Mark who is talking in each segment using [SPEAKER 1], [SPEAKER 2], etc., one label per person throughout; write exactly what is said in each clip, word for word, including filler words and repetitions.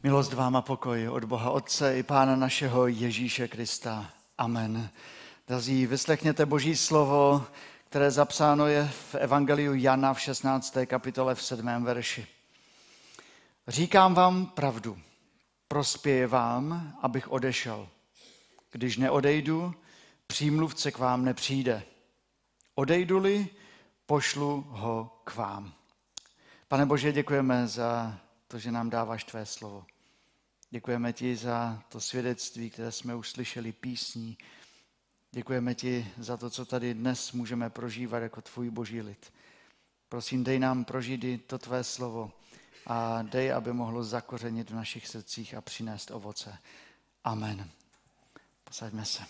[SPEAKER 1] Milost vám a pokoj od Boha Otce i Pána našeho Ježíše Krista. Amen. Drazí, vyslechněte Boží slovo, které zapsáno je v Evangeliu Jana v šestnácté kapitole v sedmém verši. Říkám vám pravdu, prospěje vám, abych odešel. Když neodejdu, přímluvce k vám nepřijde. Odejdu-li, pošlu ho k vám. Pane Bože, děkujeme za to, že nám dáváš tvé slovo. Děkujeme ti za to svědectví, které jsme už slyšeli písní. Děkujeme ti za to, co tady dnes můžeme prožívat jako tvůj boží lid. Prosím, dej nám prožít i to tvé slovo a dej, aby mohlo zakořenit v našich srdcích a přinést ovoce. Amen. Posaďme se.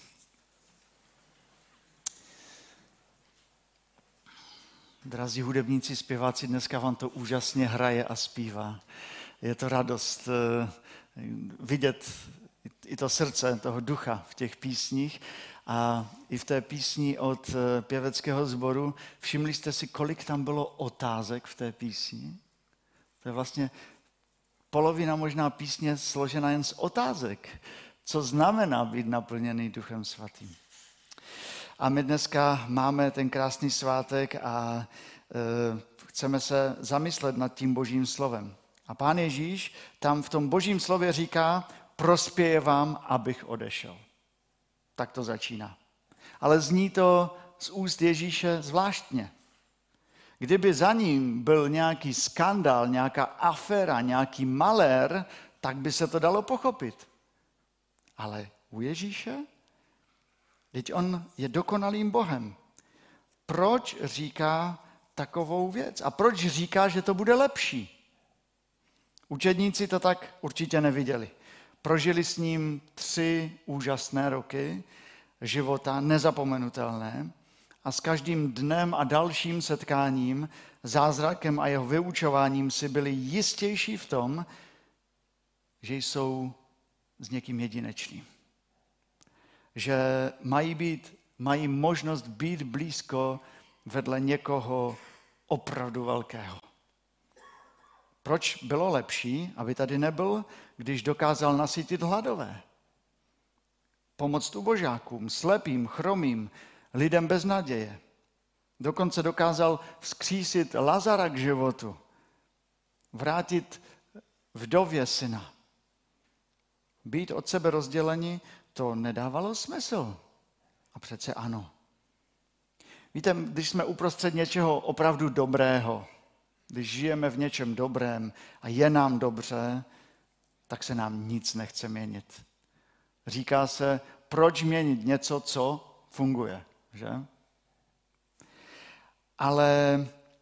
[SPEAKER 1] Drazí hudebníci, zpěváci, dneska vám to úžasně hraje a zpívá. Je to radost vidět i to srdce toho ducha v těch písních a i v té písni od pěveckého sboru. Všimli jste si, kolik tam bylo otázek v té písni? To je vlastně polovina možná písně složena jen z otázek. Co znamená být naplněný Duchem Svatým? A my dneska máme ten krásný svátek a e, chceme se zamyslet nad tím Božím slovem. A Pán Ježíš tam v tom Božím slově říká, prospěje vám, abych odešel. Tak to začíná. Ale zní to z úst Ježíše zvláštně. Kdyby za ním byl nějaký skandál, nějaká aféra, nějaký malér, tak by se to dalo pochopit. Ale u Ježíše? Vždyť on je dokonalým Bohem. Proč říká takovou věc? A proč říká, že to bude lepší? Učedníci to tak určitě neviděli. Prožili s ním tři úžasné roky života, nezapomenutelné, a s každým dnem a dalším setkáním, zázrakem a jeho vyučováním si byli jistější v tom, že jsou s někým jedinečným. Že mají, být, mají možnost být blízko vedle někoho opravdu velkého. Proč bylo lepší, aby tady nebyl, když dokázal nasytit hladové? Pomoct ubožákům, slepým, chromým, lidem bez naděje. Dokonce dokázal vzkřísit Lazara k životu, vrátit vdově syna. Být od sebe rozděleni, to nedávalo smysl. A přece ano. Víte, když jsme uprostřed něčeho opravdu dobrého, když žijeme v něčem dobrém a je nám dobře, tak se nám nic nechce měnit. Říká se, proč měnit něco, co funguje, že? Ale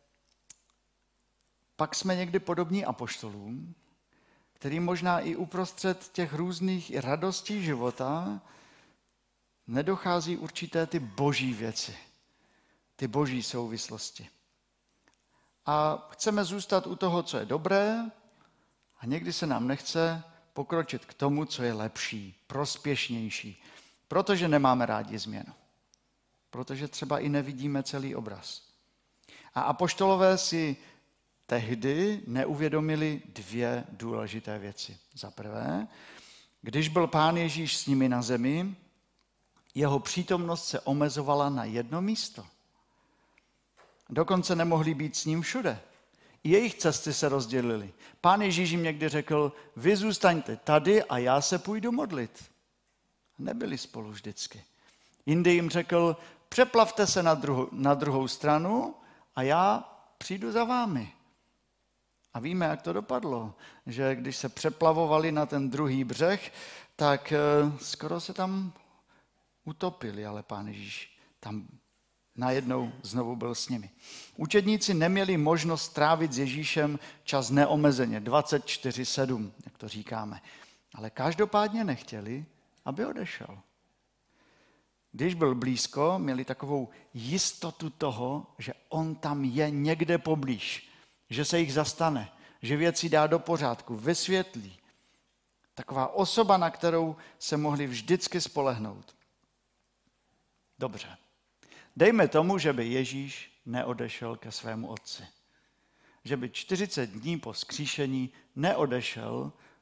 [SPEAKER 1] pak jsme někdy podobní apoštolům, který možná i uprostřed těch různých radostí života nedochází určité ty boží věci, ty boží souvislosti. A chceme zůstat u toho, co je dobré, a někdy se nám nechce pokročit k tomu, co je lepší, prospěšnější, protože nemáme rádi změnu. Protože třeba i nevidíme celý obraz. A apoštolové si tehdy neuvědomili dvě důležité věci. Za prvé, když byl Pán Ježíš s nimi na zemi, jeho přítomnost se omezovala na jedno místo. Dokonce nemohli být s ním všude. I jejich cesty se rozdělily. Pán Ježíš jim někdy řekl, vy zůstaňte tady a já se půjdu modlit. Nebyli spolu vždycky. Jindy jim řekl, přeplavte se na druhou, na druhou stranu a já přijdu za vámi. A víme, jak to dopadlo, že když se přeplavovali na ten druhý břeh, tak skoro se tam utopili, ale Pán Ježíš tam najednou znovu byl s nimi. Učedníci neměli možnost strávit s Ježíšem čas neomezeně, dvacet čtyři sedm, jak to říkáme. Ale každopádně nechtěli, aby odešel. Když byl blízko, měli takovou jistotu toho, že on tam je někde poblíž, že se jich zastane, že věci dá do pořádku, vysvětlí. Taková osoba, na kterou se mohli vždycky spolehnout. Dobře. Dejme tomu, že by Ježíš neodešel ke svému otci. Že by čtyřicet dní po vzkříšení neodešel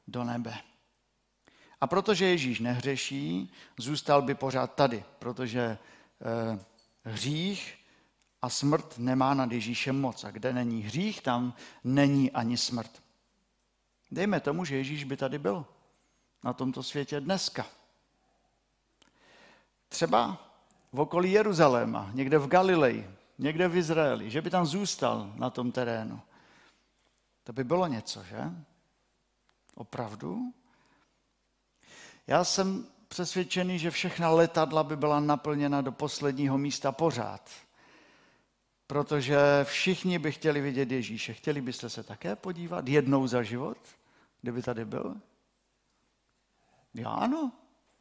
[SPEAKER 1] do nebe. A protože Ježíš nehřeší, zůstal by pořád tady, protože eh, hřích a smrt nemá nad Ježíšem moc. A kde není hřích, tam není ani smrt. Dejme tomu, že Ježíš by tady byl na tomto světě dneska. Třeba v okolí Jeruzaléma, někde v Galileji, někde v Izraeli, že by tam zůstal na tom terénu. To by bylo něco, že? Opravdu? Já jsem přesvědčený, že všechna letadla by byla naplněna do posledního místa pořád. Protože všichni by chtěli vidět Ježíše. Chtěli byste se také podívat jednou za život, kdyby tady byl? Já ano.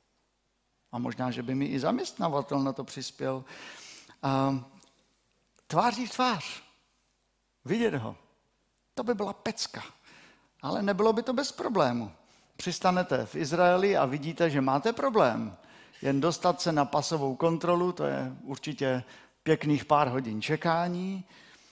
[SPEAKER 1] A možná, že by mi i zaměstnavatel na to přispěl. A tváří v tvář. Vidět ho. To by byla pecka. Ale nebylo by to bez problému. Přistanete v Izraeli a vidíte, že máte problém. Jen dostat se na pasovou kontrolu, to je určitě pěkných pár hodin čekání.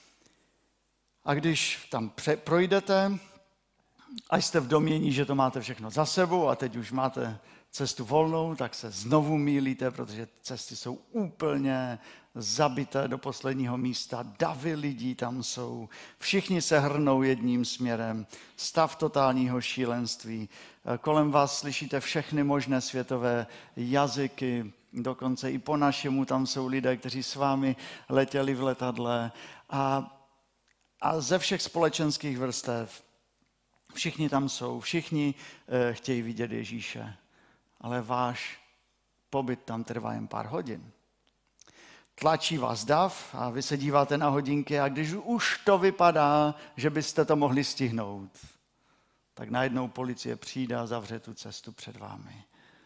[SPEAKER 1] A když tam projdete, a jste v domnění, že to máte všechno za sebou a teď už máte cestu volnou, tak se znovu mýlíte, protože cesty jsou úplně zabité do posledního místa. Davy lidí tam jsou, všichni se hrnou jedním směrem, stav totálního šílenství. Kolem vás slyšíte všechny možné světové jazyky, dokonce i po našemu tam jsou lidé, kteří s vámi letěli v letadle a, a ze všech společenských vrstev. Všichni tam jsou, všichni e, chtějí vidět Ježíše, ale váš pobyt tam trvá jen pár hodin. Tlačí vás dav a vy se díváte na hodinky a když už to vypadá, že byste to mohli stihnout, tak najednou policie přijde a zavře tu cestu před vámi.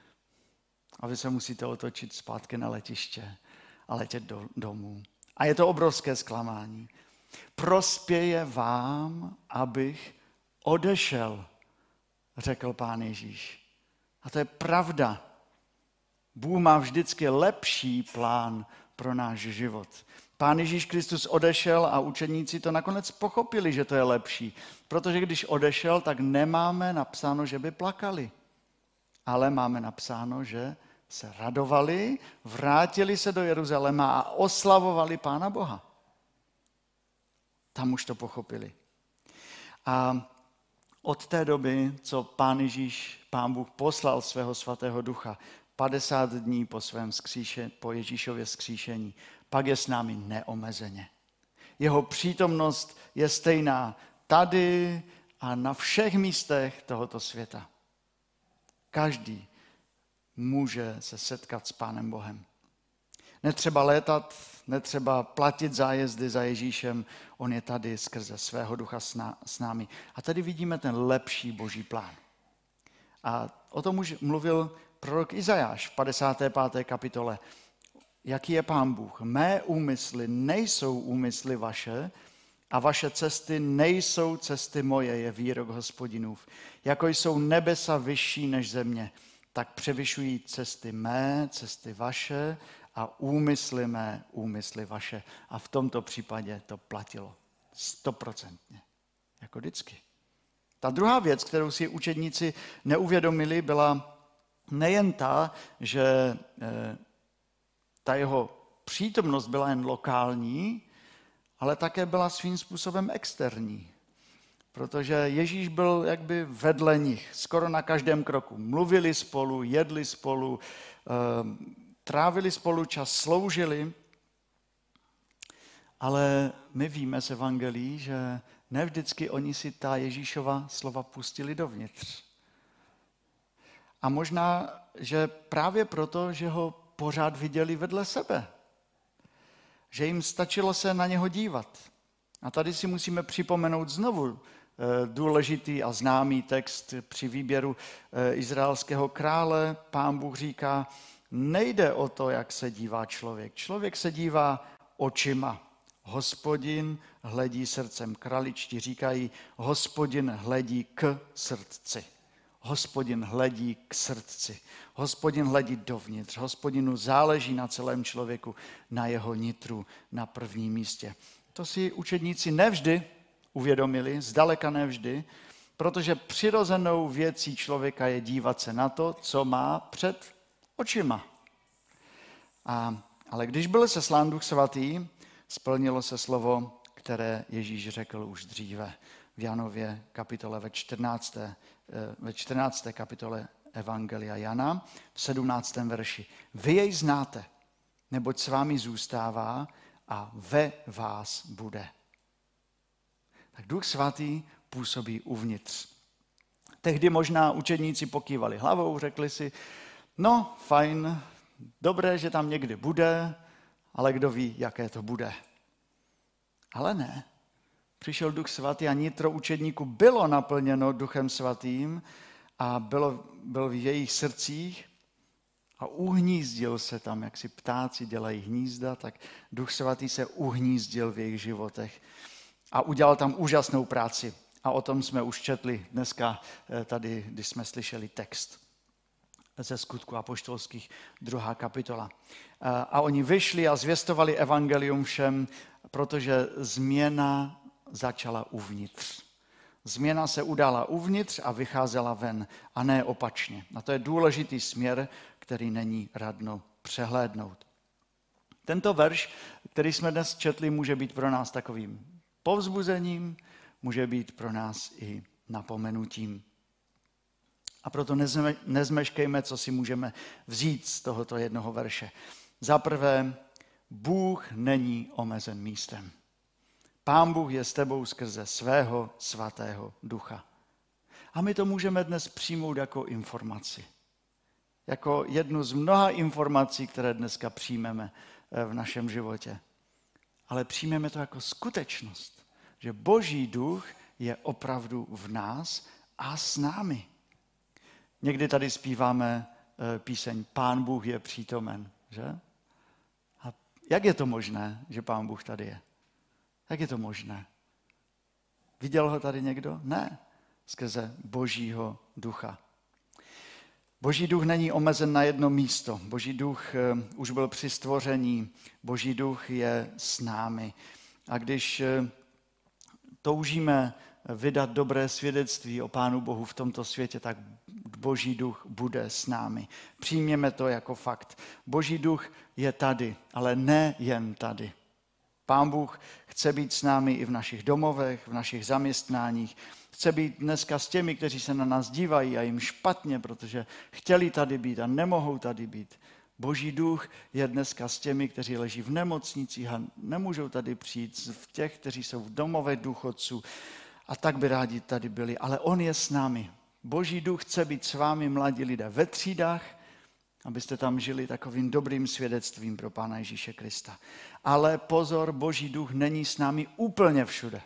[SPEAKER 1] A vy se musíte otočit zpátky na letiště a letět do, domů. A je to obrovské zklamání. Prospěje vám, abych odešel, řekl Pán Ježíš. A to je pravda. Bůh má vždycky lepší plán pro náš život. Pán Ježíš Kristus odešel a učeníci to nakonec pochopili, že to je lepší. Protože když odešel, tak nemáme napsáno, že by plakali. Ale máme napsáno, že se radovali, vrátili se do Jeruzaléma a oslavovali Pána Boha. Tam už to pochopili. A od té doby, co Pán Ježíš, Pán Bůh poslal svého svatého ducha, padesát dní po svém vzkříšení, po Ježíšově vzkříšení, pak je s námi neomezeně. Jeho přítomnost je stejná tady a na všech místech tohoto světa. Každý může se setkat s Pánem Bohem. Netřeba létat, netřeba platit zájezdy za Ježíšem, on je tady skrze svého ducha s námi. A tady vidíme ten lepší boží plán. A o tom už mluvil prorok Izajáš v padesáté páté kapitole. Jaký je Pán Bůh? Mé úmysly nejsou úmysly vaše a vaše cesty nejsou cesty moje, je výrok Hospodinův. Jako jsou nebesa vyšší než země, tak převyšují cesty mé, cesty vaše a úmysly mé, úmysly vaše. A v tomto případě to platilo stoprocentně, jako vždycky. Ta druhá věc, kterou si učedníci neuvědomili, byla nejen ta, že ta jeho přítomnost byla jen lokální, ale také byla svým způsobem externí. Protože Ježíš byl jakby vedle nich, skoro na každém kroku. Mluvili spolu, jedli spolu, trávili spolu čas, sloužili. Ale my víme z evangelií, že ne vždycky oni si ta Ježíšova slova pustili dovnitř. A možná, že právě proto, že ho pořád viděli vedle sebe. Že jim stačilo se na něho dívat. A tady si musíme připomenout znovu důležitý a známý text při výběru izraelského krále. Pán Bůh říká, nejde o to, jak se dívá člověk. Člověk se dívá očima. Hospodin hledí srdcem. Kraličtí říkají, Hospodin hledí k srdci. Hospodin hledí k srdci. Hospodin hledí dovnitř. Hospodinu záleží na celém člověku, na jeho nitru, na prvním místě. To si učedníci nevždy uvědomili, zdaleka nevždy, Protože přirozenou věcí člověka je dívat se na to, co má před očima. A, ale když byl seslán Duch Svatý, splnilo se slovo, které Ježíš řekl už dříve v Janově kapitole ve čtrnácté ve čtrnácté kapitole Evangelia Jana v sedmnáctém verši. Vy jej znáte, neboť s vámi zůstává a ve vás bude. Tak Duch Svatý působí uvnitř. Tehdy možná učedníci pokývali hlavou, řekli si, no fajn, dobré, že tam někdy bude, ale kdo ví, jaké to bude. Ale ne. Přišel Duch Svatý a nitro učedníků bylo naplněno Duchem Svatým a bylo, byl v jejich srdcích a uhnízdil se tam, jak si ptáci dělají hnízda, tak Duch Svatý se uhnízdil v jejich životech a udělal tam úžasnou práci. A o tom jsme už četli dneska tady, když jsme slyšeli text ze Skutků apoštolských, druhá kapitola. A oni vyšli a zvěstovali evangelium všem, protože změna začala uvnitř. Změna se udala uvnitř a vycházela ven, a ne opačně. A to je důležitý směr, který není radno přehlédnout. Tento verš, který jsme dnes četli, může být pro nás takovým povzbuzením, může být pro nás i napomenutím. A proto nezme, nezmeškejme, co si můžeme vzít z tohoto jednoho verše. Za prvé, Bůh není omezen místem. Pán Bůh je s tebou skrze svého svatého ducha. A my to můžeme dnes přijmout jako informaci. Jako jednu z mnoha informací, které dneska přijmeme v našem životě. Ale přijmeme to jako skutečnost, že Boží duch je opravdu v nás a s námi. Někdy tady zpíváme píseň Pán Bůh je přítomen, že? A jak je to možné, že Pán Bůh tady je? Jak je to možné? Viděl ho tady někdo? Ne. Skrze Božího ducha. Boží duch není omezen na jedno místo. Boží duch už byl při stvoření. Boží duch je s námi. A když toužíme vydat dobré svědectví o Pánu Bohu v tomto světě, tak Boží duch bude s námi. Přijměme to jako fakt. Boží duch je tady, ale ne jen tady. Pán Bůh chce být s námi i v našich domovech, v našich zaměstnáních. Chce být dneska s těmi, kteří se na nás dívají a jim špatně, protože chtěli tady být a nemohou tady být. Boží duch je dneska s těmi, kteří leží v nemocnicích a nemůžou tady přijít, v těch, kteří jsou v domovech důchodců a tak by rádi tady byli. Ale on je s námi. Boží duch chce být s vámi, mladí lidé, ve třídách, abyste tam žili takovým dobrým svědectvím pro Pána Ježíše Krista. Ale pozor, Boží duch není s námi úplně všude.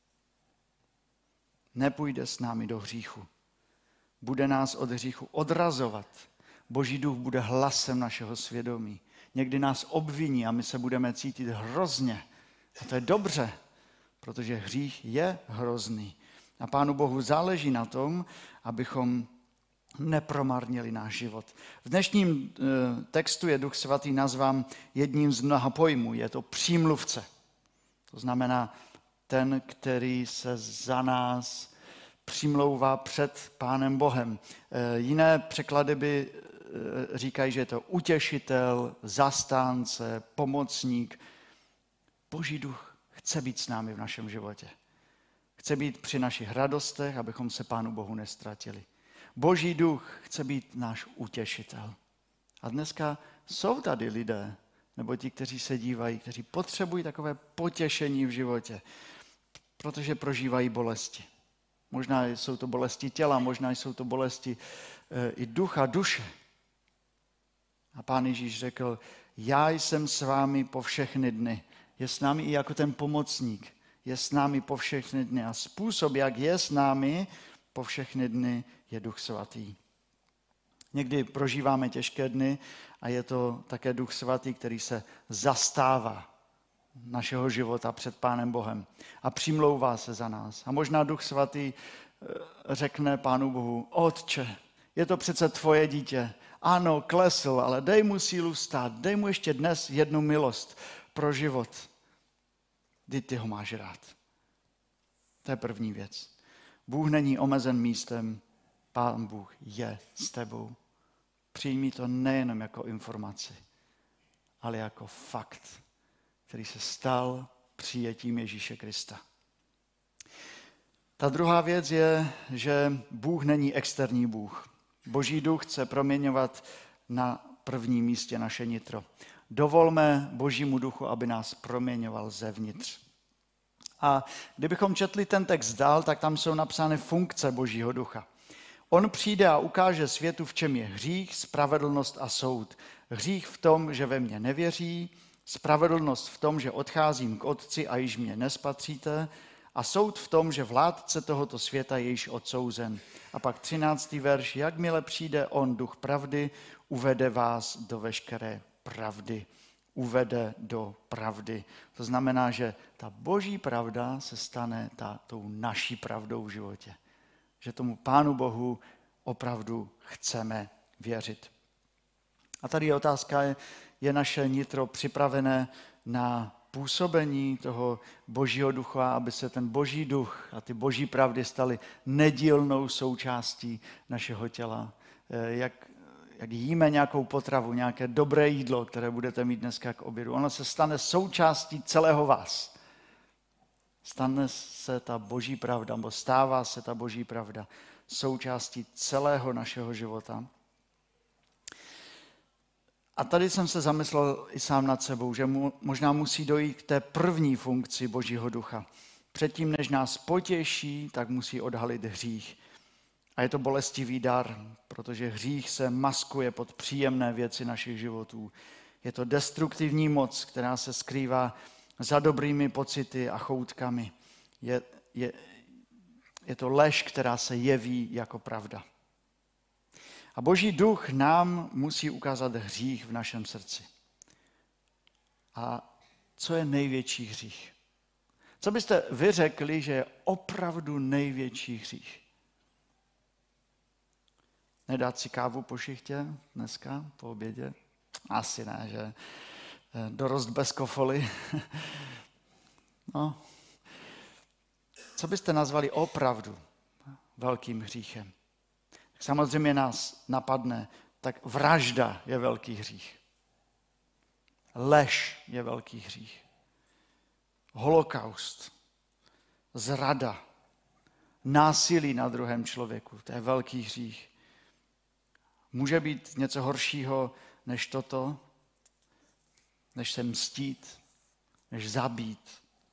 [SPEAKER 1] Nepůjde s námi do hříchu. Bude nás od hříchu odrazovat. Boží duch bude hlasem našeho svědomí. Někdy nás obviní a my se budeme cítit hrozně. A to je dobře, protože hřích je hrozný. A Pánu Bohu záleží na tom, abychom nepromarnili náš život. V dnešním textu je Duch Svatý nazván jedním z mnoha pojmů. Je to přímluvce. To znamená ten, který se za nás přimlouvá před Pánem Bohem. Jiné překlady by říkají, že je to utěšitel, zastánce, pomocník. Boží duch chce být s námi v našem životě. Chce být při našich radostech, abychom se Pánu Bohu nestratili. Boží duch chce být náš utěšitel. A dneska jsou tady lidé, nebo ti, kteří se dívají, kteří potřebují takové potěšení v životě, protože prožívají bolesti. Možná jsou to bolesti těla, možná jsou to bolesti e, i ducha, duše. A Pán Ježíš řekl, já jsem s vámi po všechny dny. Je s námi i jako ten pomocník. Je s námi po všechny dny. A způsob, jak je s námi po všechny dny, je Duch Svatý. Někdy prožíváme těžké dny a je to také Duch Svatý, který se zastává našeho života před Pánem Bohem a přimlouvá se za nás. A možná Duch Svatý řekne Pánu Bohu, Otče, je to přece tvoje dítě. Ano, klesl, ale dej mu sílu vstát, dej mu ještě dnes jednu milost pro život. Kdy ty ho máš rád. To je první věc. Bůh není omezen místem, Pán Bůh je s tebou. Přijmi to nejenom jako informaci, ale jako fakt, který se stal přijetím Ježíše Krista. Ta druhá věc je, že Bůh není externí Bůh. Boží duch chce proměňovat na prvním místě naše nitro. Dovolme Božímu duchu, aby nás proměňoval zevnitř. A kdybychom četli ten text dál, tak tam jsou napsány funkce Božího ducha. On přijde a ukáže světu, v čem je hřích, spravedlnost a soud. Hřích v tom, že ve mně nevěří, spravedlnost v tom, že odcházím k Otci a již mě nespatříte, a soud v tom, že vládce tohoto světa je již odsouzen. A pak třináctý verš, jakmile přijde on, duch pravdy, uvede vás do veškeré pravdy. Uvede do pravdy. To znamená, že ta Boží pravda se stane ta, tou naší pravdou v životě. Že tomu Pánu Bohu opravdu chceme věřit. A tady je otázka, je, je naše nitro připravené na působení toho Božího ducha, aby se ten Boží duch a ty Boží pravdy staly nedílnou součástí našeho těla. Jak, jak jíme nějakou potravu, nějaké dobré jídlo, které budete mít dneska k obědu, ono se stane součástí celého vás. Stane se ta Boží pravda, nebo stává se ta Boží pravda součástí celého našeho života. A tady jsem se zamyslel i sám nad sebou, že mu, možná musí dojít k té první funkci Božího ducha. Předtím, než nás potěší, tak musí odhalit hřích. A je to bolestivý dar, protože hřích se maskuje pod příjemné věci našich životů. Je to destruktivní moc, která se skrývá za dobrými pocity a choutkami. Je, je, je to lež, která se jeví jako pravda. A Boží duch nám musí ukázat hřích v našem srdci. A co je největší hřích? Co byste vy řekli, že je opravdu největší hřích? Nedát si kávu po šichtě dneska, po obědě? Asi ne, že? Dorost bez kofoly? No. Co byste nazvali opravdu velkým hříchem? Samozřejmě nás napadne, tak vražda je velký hřích. Lež je velký hřích. Holokaust, zrada, násilí na druhém člověku, to je velký hřích. Může být něco horšího než toto, než se mstít, než zabít.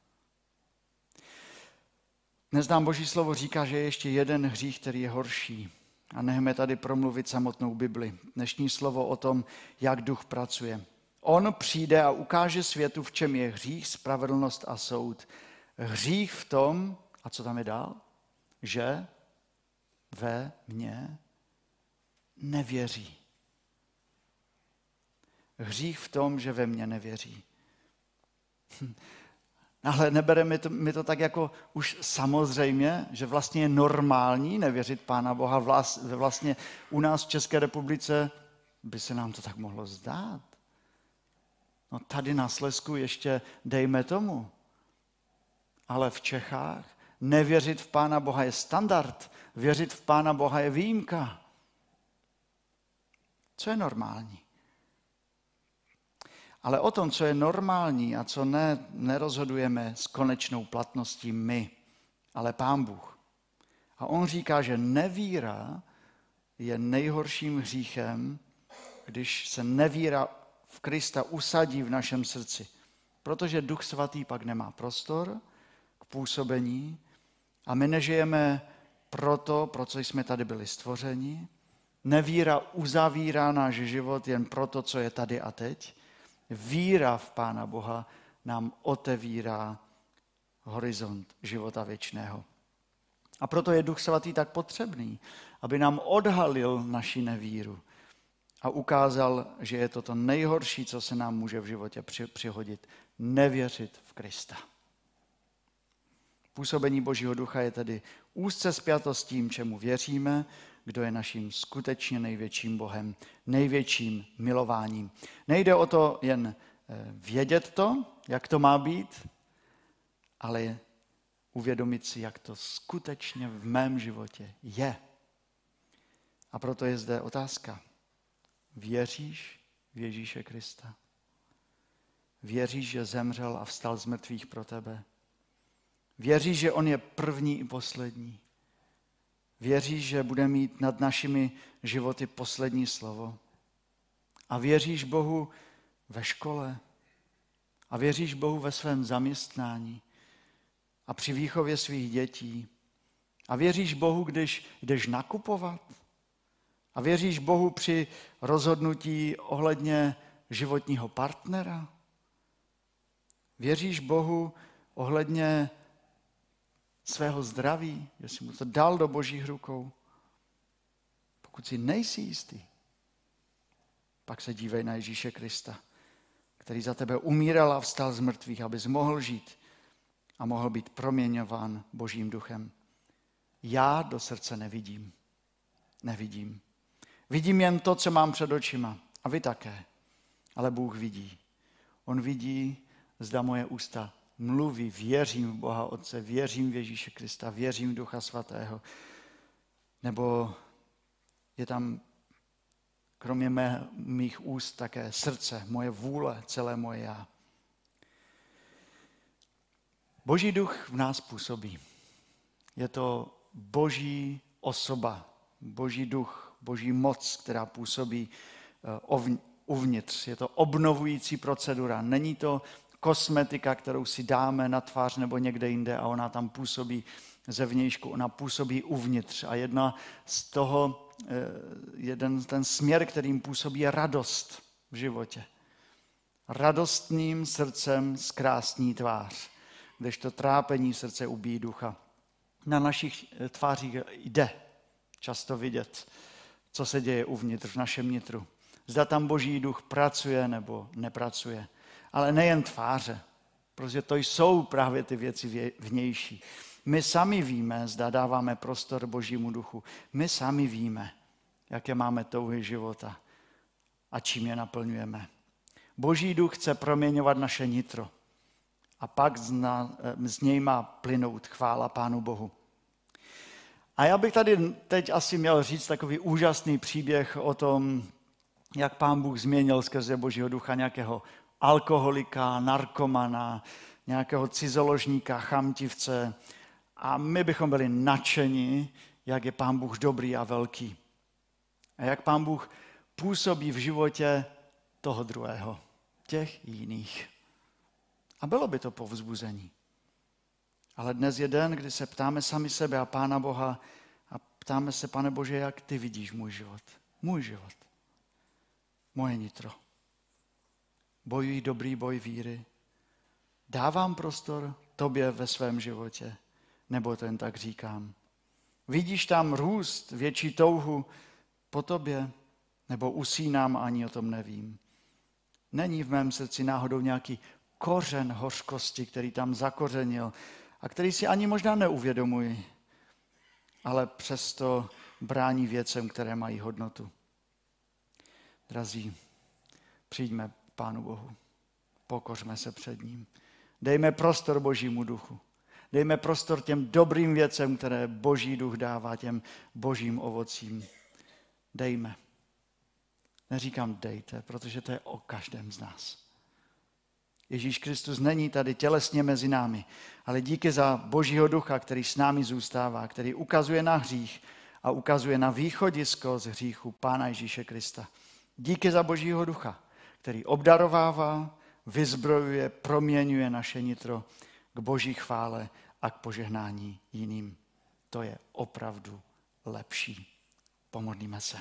[SPEAKER 1] Dnes nám Boží slovo říká, že je ještě jeden hřích, který je horší. A nechme tady promluvit samotnou Bibli. Dnešní slovo o tom, jak duch pracuje. On přijde a ukáže světu, v čem je hřích, spravedlnost a soud. Hřích v tom, a co tam je dál? Že ve mně nevěří. Hřích v tom, že ve mně nevěří. Ale nebereme to, my to tak jako už samozřejmě, že vlastně je normální nevěřit Pána Boha. Vlastně u nás v České republice by se nám to tak mohlo zdát. No tady na Slezsku ještě dejme tomu. Ale v Čechách nevěřit v Pána Boha je standard. Věřit v Pána Boha je výjimka. Co je normální? Ale o tom, co je normální a co ne, nerozhodujeme s konečnou platností my, ale Pán Bůh. A on říká, že nevíra je nejhorším hříchem, když se nevíra v Krista usadí v našem srdci. Protože Duch Svatý pak nemá prostor k působení a my nežijeme proto, pro co jsme tady byli stvořeni. Nevíra uzavírá náš život jen proto, co je tady a teď. Víra v Pána Boha nám otevírá horizont života věčného. A proto je Duch Svatý tak potřebný, aby nám odhalil naši nevíru a ukázal, že je to to nejhorší, co se nám může v životě přihodit. Nevěřit v Krista. Působení Božího ducha je tedy úzce spjato s tím, čemu věříme, kdo je naším skutečně největším Bohem, největším milováním. Nejde o to jen vědět to, jak to má být, ale uvědomit si, jak to skutečně v mém životě je. A proto je zde otázka. Věříš v Ježíše Krista? Věříš, že zemřel a vstal z mrtvých pro tebe? Věříš, že on je první i poslední? Věříš, že bude mít nad našimi životy poslední slovo? A věříš Bohu ve škole? A věříš Bohu ve svém zaměstnání? A při výchově svých dětí? A věříš Bohu, když jdeš nakupovat? A věříš Bohu při rozhodnutí ohledně životního partnera? Věříš Bohu ohledně svého zdraví, že jsi mu to dal do Božích rukou? Pokud si nejsi jistý, pak se dívej na Ježíše Krista, který za tebe umíral a vstal z mrtvých, abys mohl žít a mohl být proměňován Božím duchem. Já do srdce nevidím. Nevidím. Vidím jen to, co mám před očima. A vy také. Ale Bůh vidí. On vidí, zda moje ústa mluví, věřím v Boha Otce, věřím v Ježíše Krista, věřím v Ducha Svatého. Nebo je tam kromě mé, mých úst také srdce, moje vůle, celé moje já. Boží duch v nás působí. Je to Boží osoba, Boží duch, Boží moc, která působí uvnitř. Je to obnovující procedura. Není to kosmetika, kterou si dáme na tvář nebo někde jinde a ona tam působí zevnějšku, ona působí uvnitř. A jedna z toho, jeden ten směr, kterým působí, je radost v životě. Radostným srdcem zkrásní tvář, kdežto trápení srdce ubíjí ducha. Na našich tvářích jde často vidět, co se děje uvnitř, v našem nitru. Zda tam Boží duch pracuje nebo nepracuje. Ale nejen tváře, protože to jsou právě ty věci vnější. My sami víme, zda dáváme prostor Božímu duchu. My sami víme, jaké máme touhy života a čím je naplňujeme. Boží duch chce proměňovat naše nitro a pak z, na, z něj má plynout chvála Pánu Bohu. A já bych tady teď asi měl říct takový úžasný příběh o tom, jak Pán Bůh změnil skrze Božího ducha nějakého alkoholika, narkomana, nějakého cizoložníka, chamtivce. A my bychom byli nadšeni, jak je Pán Bůh dobrý a velký. A jak Pán Bůh působí v životě toho druhého, těch jiných. A bylo by to povzbuzení. Ale dnes je den, kdy se ptáme sami sebe a Pána Boha a ptáme se, Pane Bože, jak ty vidíš můj život. Můj život. Moje nitro. Bojuji dobrý boj víry. Dávám prostor tobě ve svém životě. Nebo to jen tak říkám. Vidíš tam růst, větší touhu po tobě? Nebo usínám a ani o tom nevím. Není v mém srdci náhodou nějaký kořen hořkosti, který tam zakořenil a který si ani možná neuvědomuji, ale přesto brání věcem, které mají hodnotu. Drazí, přijďme Pánu Bohu, pokořme se před ním. Dejme prostor Božímu duchu. Dejme prostor těm dobrým věcem, které Boží duch dává, těm božím ovocím. Dejme. Neříkám dejte, protože to je o každém z nás. Ježíš Kristus není tady tělesně mezi námi, ale díky za Božího ducha, který s námi zůstává, který ukazuje na hřích a ukazuje na východisko z hříchu Pána Ježíše Krista. Díky za Božího ducha, který obdarovává, vyzbrojuje, proměňuje naše nitro k Boží chvále a k požehnání jiným. To je opravdu lepší. Pomodlíme se.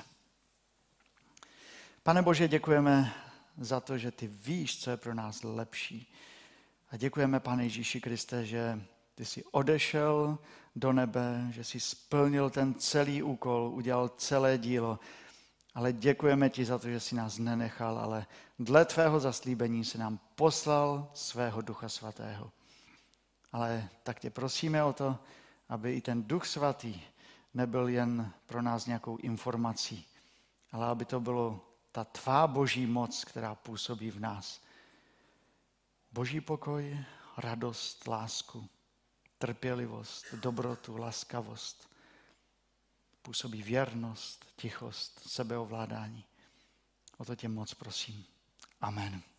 [SPEAKER 1] Pane Bože, děkujeme za to, že ty víš, co je pro nás lepší. A děkujeme, Pane Ježíši Kriste, že ty jsi odešel do nebe, že jsi splnil ten celý úkol, udělal celé dílo. Ale děkujeme ti za to, že jsi nás nenechal, ale dle tvého zaslíbení si nám poslal svého Ducha Svatého. Ale tak tě prosíme o to, aby i ten Duch Svatý nebyl jen pro nás nějakou informací, ale aby to bylo ta tvá Boží moc, která působí v nás. Boží pokoj, radost, lásku, trpělivost, dobrotu, laskavost. Působí věrnost, tichost, sebeovládání. O to tě moc prosím. Amen.